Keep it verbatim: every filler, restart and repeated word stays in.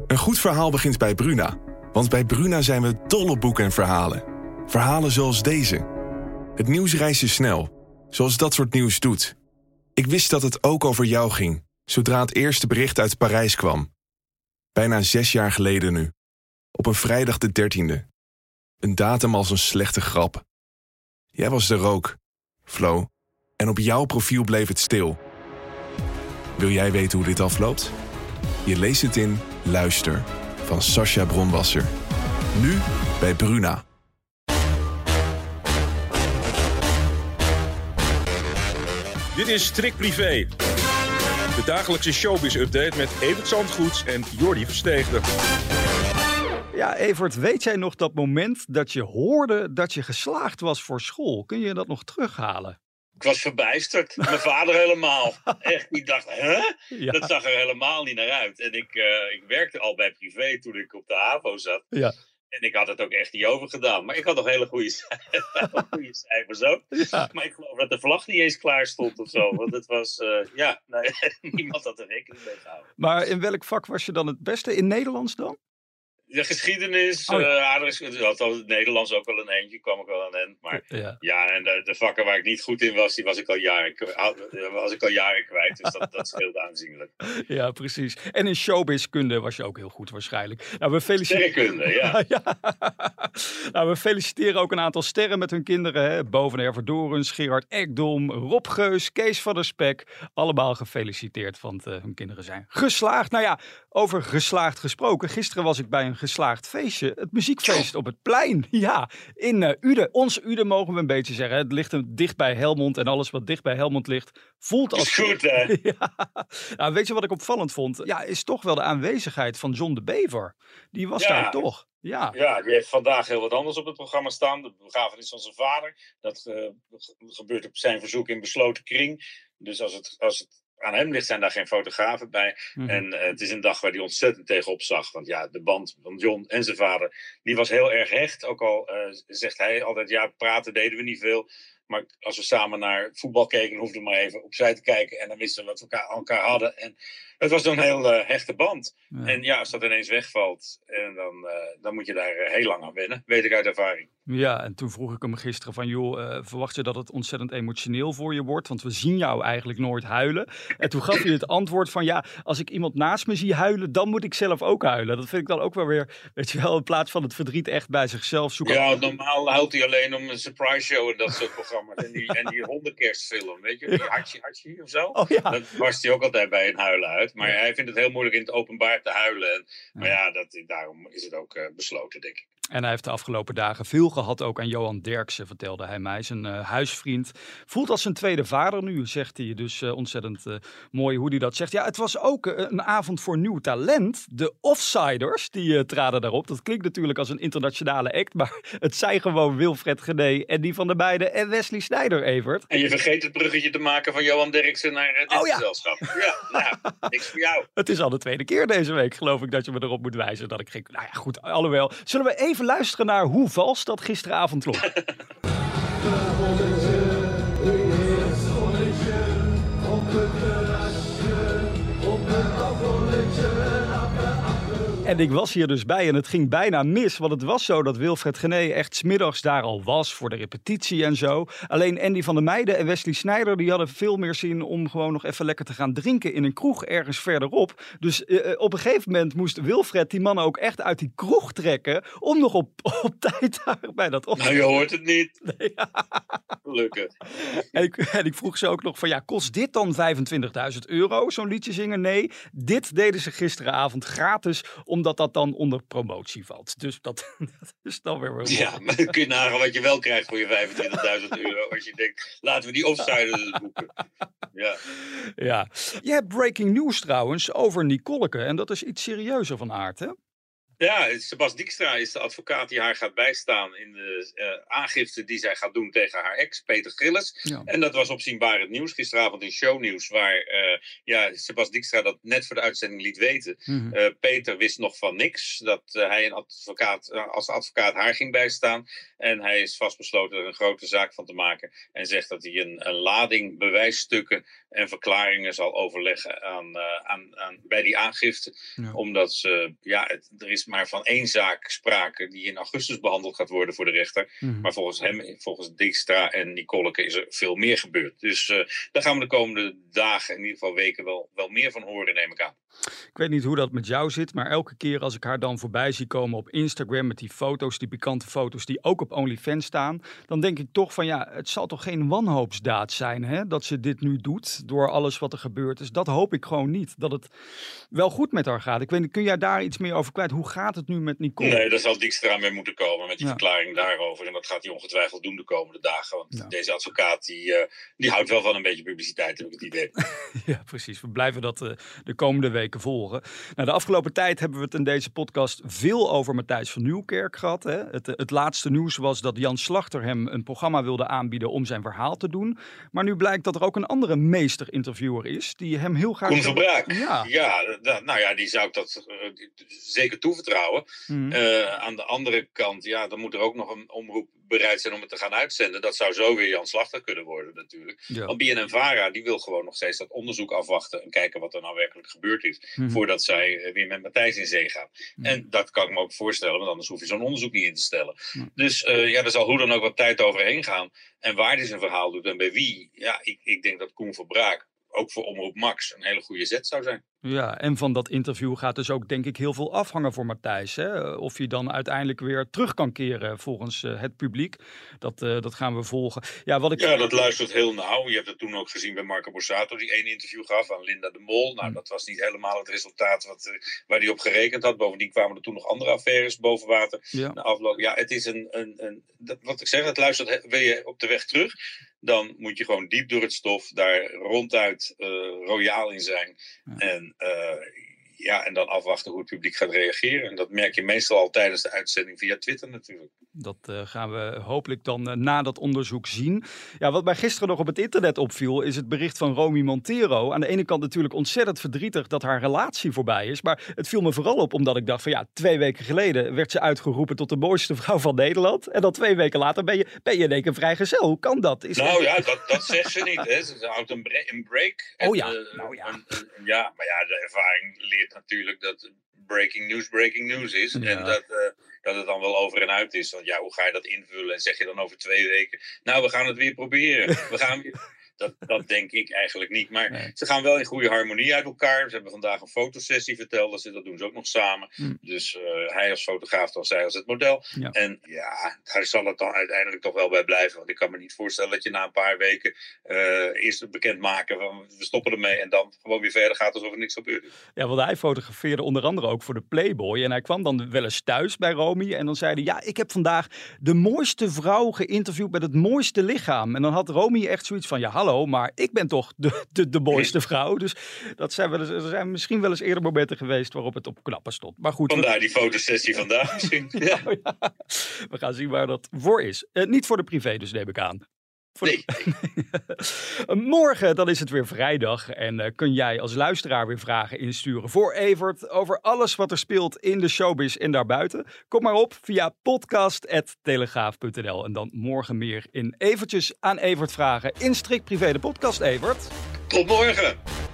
Een goed verhaal begint bij Bruna. Want bij Bruna zijn we dol op boeken en verhalen. Verhalen zoals deze. Het nieuws reist je snel, zoals dat soort nieuws doet. Ik wist dat het ook over jou ging, zodra het eerste bericht uit Parijs kwam. Bijna zes jaar geleden nu. Op een vrijdag de dertiende. Een datum als een slechte grap. Jij was er ook, Flo. En op jouw profiel bleef het stil. Wil jij weten hoe dit afloopt? Je leest het in Luister van Sacha Bronwasser. Nu bij Bruna. Dit is Strik Privé. De dagelijkse showbiz-update met Evert Zandgoeds en Jordi Versteegde. Ja, Evert, weet jij nog dat moment dat je hoorde dat je geslaagd was voor school? Kun je dat nog terughalen? Ik was verbijsterd. Mijn vader helemaal. Echt, die dacht, hè? Ja. Dat zag er helemaal niet naar uit. En ik, uh, ik werkte al bij privé toen ik op de HAVO zat. Ja. En ik had het ook echt niet overgedaan. Maar ik had nog hele goede, goede cijfers ook. Ja. Maar ik geloof dat de vlag niet eens klaar stond of zo. Want het was, uh, ja, nee, niemand had er rekening mee gehouden. Maar in welk vak was je dan het beste? In Nederlands dan? De geschiedenis, oh, ja. uh, aardig, had al het Nederlands ook wel een eentje, kwam ik wel aan end. Maar ja, ja en de, de vakken waar ik niet goed in was, die was ik al jaren, was ik al jaren kwijt. Dus dat, dat scheelde aanzienlijk. Ja, precies. En in showbizkunde was je ook heel goed waarschijnlijk. Nou, we feliciteren... Sterrenkunde, ja. ja. Nou, we feliciteren ook een aantal sterren met hun kinderen. Hè? Boven Verdorens, Gerard Ekdom, Rob Geus, Kees van der Spek. Allemaal gefeliciteerd, want uh, hun kinderen zijn geslaagd. Nou ja, over geslaagd gesproken. Gisteren was ik bij een geslaagd feestje. Het muziekfeest op het plein. Ja, in uh, Uden. Ons Uden mogen we een beetje zeggen. Het ligt hem dicht bij Helmond. En alles wat dicht bij Helmond ligt, voelt als... Is goed, hè? Ja. Nou, weet je wat ik opvallend vond? Ja, is toch wel de aanwezigheid van John de Bever. Die was Ja. daar toch. Ja. Ja, die heeft vandaag heel wat anders op het programma staan. De begrafenis van zijn vader. Dat uh, gebeurt op zijn verzoek in besloten kring. Dus als het, als het aan hem ligt, zijn daar geen fotografen bij. Mm-hmm. En uh, het is een dag waar hij ontzettend tegenop zag. Want ja, de band van John en zijn vader, die was heel erg hecht. Ook al uh, zegt hij altijd, ja, praten deden we niet veel. Maar als we samen naar voetbal keken, hoefden we maar even opzij te kijken. En dan wisten we wat we elkaar, elkaar hadden. En het was dan een heel uh, hechte band. Ja. En ja, als dat ineens wegvalt, en dan, uh, dan moet je daar uh, heel lang aan wennen. Weet ik uit ervaring. Ja, en toen vroeg ik hem gisteren van, joh, uh, verwacht je dat het ontzettend emotioneel voor je wordt? Want we zien jou eigenlijk nooit huilen. En toen gaf hij het antwoord van, ja, als ik iemand naast me zie huilen, dan moet ik zelf ook huilen. Dat vind ik dan ook wel weer, weet je wel, in plaats van het verdriet echt bij zichzelf zoeken. Ja, normaal huilt hij alleen om een surprise show en dat soort programma's. En die, en die hondenkerstfilm, weet je, die Hachi Hachi of zo. Oh, ja. Dan barst hij ook altijd bij een huilen uit. Maar ja, hij vindt het heel moeilijk in het openbaar te huilen. En, maar ja, dat, daarom is het ook uh, besloten, denk ik. En hij heeft de afgelopen dagen veel gehad ook aan Johan Derksen, vertelde hij mij. Zijn uh, huisvriend. Voelt als zijn tweede vader nu, zegt hij. Dus uh, ontzettend uh, mooi hoe hij dat zegt. Ja, het was ook uh, een avond voor nieuw talent. De Offsiders, die uh, traden daarop. Dat klinkt natuurlijk als een internationale act. Maar het zijn gewoon Wilfred Genee en die van de beiden en Wesley Sneijder, Evert. En je vergeet het bruggetje te maken van Johan Derksen naar uh, dit oh, ja. gezelschap. Ja, nou, niks voor jou. Het is al de tweede keer deze week, geloof ik, dat je me erop moet wijzen. Dat ik ging, nou ja, goed, alhoewel. Zullen we even luisteren naar hoe vals dat gisteravond klonk? En ik was hier dus bij en het ging bijna mis. Want het was zo dat Wilfred Genee echt 's middags daar al was voor de repetitie en zo. Alleen Andy van der Meijden en Wesley Sneijder die hadden veel meer zin om gewoon nog even lekker te gaan drinken in een kroeg ergens verderop. Dus uh, op een gegeven moment moest Wilfred die mannen ook echt uit die kroeg trekken om nog op, op tijd daar bij dat op. Nou, je hoort het niet. Nee, ja. Gelukkig. En ik, en ik vroeg ze ook nog van, ja, kost dit dan vijfentwintigduizend euro, zo'n liedje zingen? Nee, dit deden ze gisteravond gratis, omdat dat dan onder promotie valt. Dus dat, dat is dan weer wel mooi. Ja, maar dan kun je nagaan wat je wel krijgt voor je vijfentwintigduizend euro. Als je denkt, laten we die Offsiders boeken. Ja. Ja. Je hebt breaking news trouwens over Nicolaeke. En dat is iets serieuzer van aard, hè? Ja, Sebas Dijkstra is de advocaat die haar gaat bijstaan in de uh, aangifte die zij gaat doen tegen haar ex, Peter Gillis. Ja. En dat was opzienbaar het nieuws gisteravond in Shownieuws, waar uh, ja, Sebas Dijkstra dat net voor de uitzending liet weten. Mm-hmm. Uh, Peter wist nog van niks, dat uh, hij een advocaat, uh, als advocaat haar ging bijstaan. En hij is vastbesloten er een grote zaak van te maken en zegt dat hij een, een lading bewijsstukken en verklaringen zal overleggen aan, uh, aan, aan, bij die aangifte. Ja. Omdat ze, ja, het, er is maar van één zaak sprake die in augustus behandeld gaat worden voor de rechter. Mm-hmm. Maar volgens hem, volgens Dijkstra en Nicolaeke is er veel meer gebeurd. Dus uh, daar gaan we de komende dagen, in ieder geval weken, wel, wel meer van horen, neem ik aan. Ik weet niet hoe dat met jou zit, maar elke keer als ik haar dan voorbij zie komen op Instagram met die foto's, die pikante foto's die ook op OnlyFans staan, dan denk ik toch van ja, het zal toch geen wanhoopsdaad zijn, hè, dat ze dit nu doet door alles wat er gebeurd is. Dat hoop ik gewoon niet, dat het wel goed met haar gaat. Ik weet niet, kun jij daar iets meer over kwijt? Hoe gaat het nu met Nicole? Nee, daar zal Dijkstra mee moeten komen met die ja. verklaring daarover. En dat gaat hij ongetwijfeld doen de komende dagen. Want ja. deze advocaat, die, uh, die houdt wel van een beetje publiciteit, heb ik het idee. Ja, precies. We blijven dat uh, de komende weken volgen. Nou, de afgelopen tijd hebben we het in deze podcast veel over Matthijs van Nieuwkerk gehad. Hè? Het, het laatste nieuws was dat Jan Slachter hem een programma wilde aanbieden om zijn verhaal te doen. Maar nu blijkt dat er ook een andere meester-interviewer is die hem heel graag... Koen Verbraak. Ja, ja da, nou ja, die zou ik dat uh, zeker toevertrouwen. Mm. Uh, aan de andere kant, ja, dan moet er ook nog een omroep bereid zijn om het te gaan uitzenden. Dat zou zo weer Jan Slachter kunnen worden natuurlijk. Ja. Want B N N Vara, die wil gewoon nog steeds dat onderzoek afwachten en kijken wat er nou werkelijk gebeurd is, mm-hmm. voordat zij uh, weer met Matthijs in zee gaan. Mm-hmm. En dat kan ik me ook voorstellen, want anders hoef je zo'n onderzoek niet in te stellen. Mm-hmm. Dus uh, ja, er zal hoe dan ook wat tijd overheen gaan. En waar hij zijn verhaal doet en bij wie, ja, ik, ik denk dat Koen Verbraak ook voor Omroep Max een hele goede zet zou zijn. Ja, en van dat interview gaat dus ook denk ik heel veel afhangen voor Matthijs. Hè? Of hij dan uiteindelijk weer terug kan keren volgens uh, het publiek. Dat, uh, dat gaan we volgen. Ja, wat ik... ja, dat luistert heel nauw. Je hebt het toen ook gezien bij Marco Borsato, die één interview gaf aan Linda de Mol. Nou, mm. dat was niet helemaal het resultaat wat, uh, waar hij op gerekend had. Bovendien kwamen er toen nog andere affaires boven water. Ja, na afloop. Ja, het is een... een, een dat, wat ik zeg, het luistert, wil je op de weg terug, dan moet je gewoon diep door het stof, daar ronduit uh, royaal in zijn. Ja. En Uh, ja, en dan afwachten hoe het publiek gaat reageren. En dat merk je meestal al tijdens de uitzending via Twitter natuurlijk. Dat uh, gaan we hopelijk dan uh, na dat onderzoek zien. Ja, wat mij gisteren nog op het internet opviel, is het bericht van Romy Montero. Aan de ene kant natuurlijk ontzettend verdrietig dat haar relatie voorbij is. Maar het viel me vooral op omdat ik dacht van ja, twee weken geleden werd ze uitgeroepen tot de mooiste vrouw van Nederland. En dan twee weken later ben je, ben je in één keer vrijgezel. Hoe kan dat? Is nou ja, dat, dat zegt ze niet. Hè. Ze houdt een, bre- een break. Oh ja, en, uh, nou ja. Een, een, ja, maar ja, de ervaring leert natuurlijk dat breaking news breaking news is. Ja. En dat, uh, dat het dan wel over en uit is. Want ja, hoe ga je dat invullen? En zeg je dan over twee weken, nou, we gaan het weer proberen. We gaan weer... Dat, dat denk ik eigenlijk niet. Maar nee. Ze gaan wel in goede harmonie uit elkaar. Ze hebben vandaag een fotosessie verteld. Dat, ze, dat doen ze ook nog samen. Mm. Dus uh, hij als fotograaf, dan zij als het model. Ja. En ja, daar zal het dan uiteindelijk toch wel bij blijven. Want ik kan me niet voorstellen dat je na een paar weken uh, eerst bekendmaken van we stoppen ermee. En dan gewoon weer verder gaat alsof er niks gebeurd is. Ja, want hij fotografeerde onder andere ook voor de Playboy. En hij kwam dan wel eens thuis bij Romy. En dan zei hij, ja, ik heb vandaag de mooiste vrouw geïnterviewd met het mooiste lichaam. En dan had Romy echt zoiets van, ja, hallo. Maar ik ben toch de, de, de mooiste vrouw. Dus dat zijn, wel eens, er zijn misschien wel eens eerder momenten geweest waarop het op knappen stond. Maar goed. Vandaar die fotosessie vandaag misschien. Ja. Nou ja, we gaan zien waar dat voor is. Uh, niet voor de privé dus, neem ik aan. Voor nee. De... Morgen dan is het weer vrijdag en uh, kun jij als luisteraar weer vragen insturen voor Evert over alles wat er speelt in de showbiz en daarbuiten. Kom maar op via podcast at telegraaf punt n l en dan morgen meer in Evertjes aan Evert vragen in Strikt Privé, de podcast, Evert. Tot morgen!